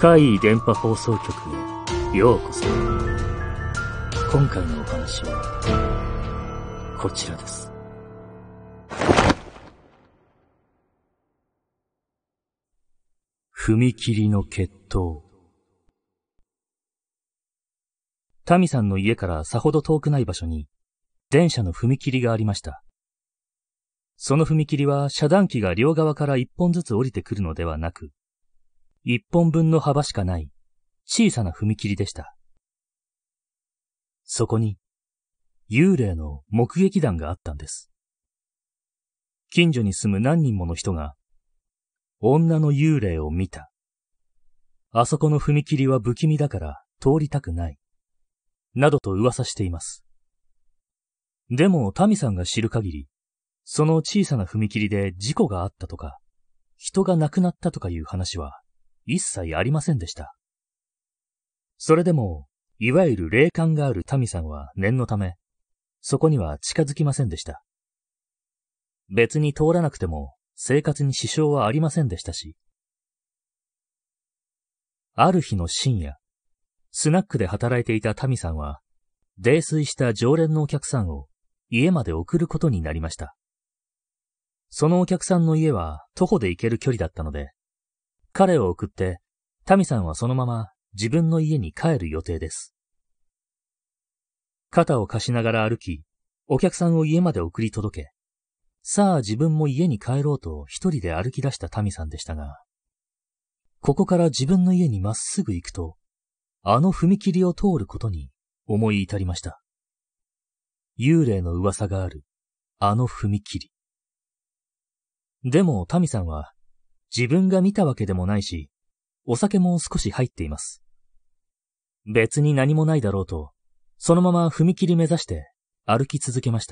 怪異電波放送局へようこそ。今回のお話はこちらです。踏切の決闘。タミさんの家からさほど遠くない場所に電車の踏切がありました。その踏切は遮断機が両側から一本ずつ降りてくるのではなく、一本分の幅しかない小さな踏切でした。そこに幽霊の目撃談があったんです。近所に住む何人もの人が女の幽霊を見た。あそこの踏切は不気味だから通りたくない。などと噂しています。でもタミさんが知る限り、その小さな踏切で事故があったとか、人が亡くなったとかいう話は一切ありませんでした。それでも、いわゆる霊感があるタミさんは念のため、そこには近づきませんでした。別に通らなくても生活に支障はありませんでしたし。ある日の深夜、スナックで働いていたタミさんは、泥酔した常連のお客さんを家まで送ることになりました。そのお客さんの家は徒歩で行ける距離だったので、彼を送って、タミさんはそのまま自分の家に帰る予定です。肩を貸しながら歩き、お客さんを家まで送り届け、さあ自分も家に帰ろうと一人で歩き出したタミさんでしたが、ここから自分の家にまっすぐ行くと、あの踏切を通ることに思い至りました。幽霊の噂がある、あの踏切。でもタミさんは、自分が見たわけでもないし、お酒も少し入っています。別に何もないだろうと、そのまま踏切目指して歩き続けました。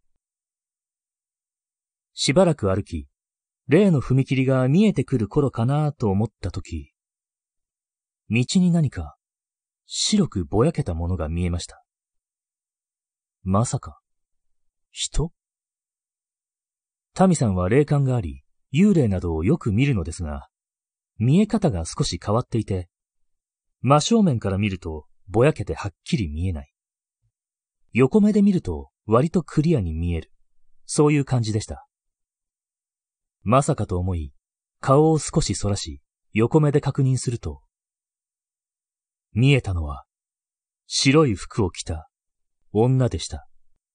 しばらく歩き、例の踏切が見えてくる頃かなと思ったとき、道に何か白くぼやけたものが見えました。まさか、人？タミさんは霊感があり、幽霊などをよく見るのですが、見え方が少し変わっていて、真正面から見るとぼやけてはっきり見えない。横目で見ると割とクリアに見える。そういう感じでした。まさかと思い、顔を少し反らし、横目で確認すると、見えたのは、白い服を着た女でした。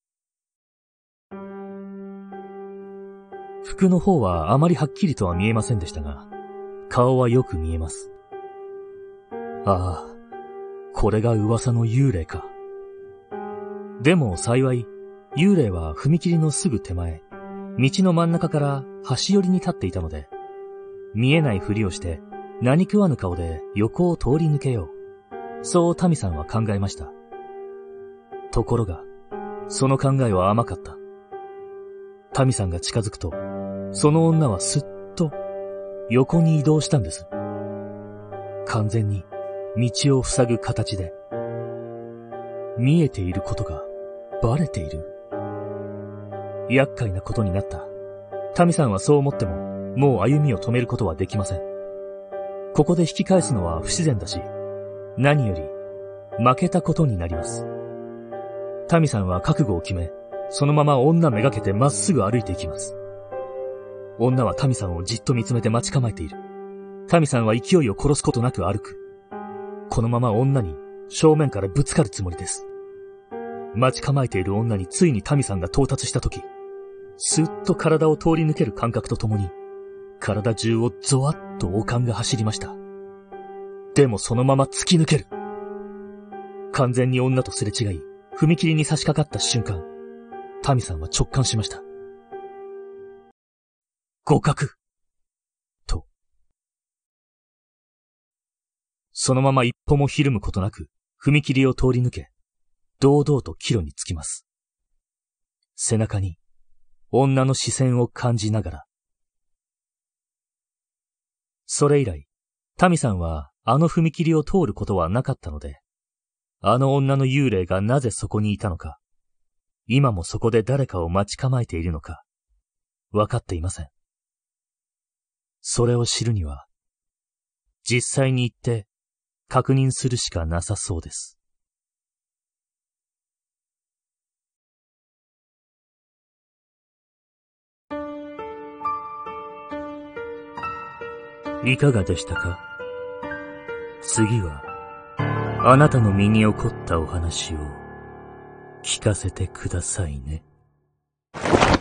服の方はあまりはっきりとは見えませんでしたが、顔はよく見えます。ああ、これが噂の幽霊か。でも幸い、幽霊は踏切のすぐ手前、道の真ん中から端寄りに立っていたので、見えないふりをして何食わぬ顔で横を通り抜けよう。そうタミさんは考えました。ところが、その考えは甘かった。タミさんが近づくと、その女はすっと横に移動したんです。完全に道を塞ぐ形で。見えていることがバレている。厄介なことになった。タミさんはそう思っても、もう歩みを止めることはできません。ここで引き返すのは不自然だし、何より負けたことになります。タミさんは覚悟を決め、そのまま女めがけてまっすぐ歩いていきます。女はタミさんをじっと見つめて待ち構えている。タミさんは勢いを殺すことなく歩く。このまま女に正面からぶつかるつもりです。待ち構えている女についにタミさんが到達したとき、スッと体を通り抜ける感覚とともに、体中をゾワッと悪感が走りました。でもそのまま突き抜ける。完全に女とすれ違い、踏切に差し掛かった瞬間、タミさんは直感しました。互角と。そのまま一歩もひるむことなく、踏切を通り抜け、堂々と帰路につきます。背中に女の視線を感じながら。それ以来、タミさんはあの踏切を通ることはなかったので、あの女の幽霊がなぜそこにいたのか、今もそこで誰かを待ち構えているのか、わかっていません。それを知るには、 実際に行って確認するしかなさそうです。いかがでしたか？次は、あなたの身に起こったお話を聞かせてくださいね。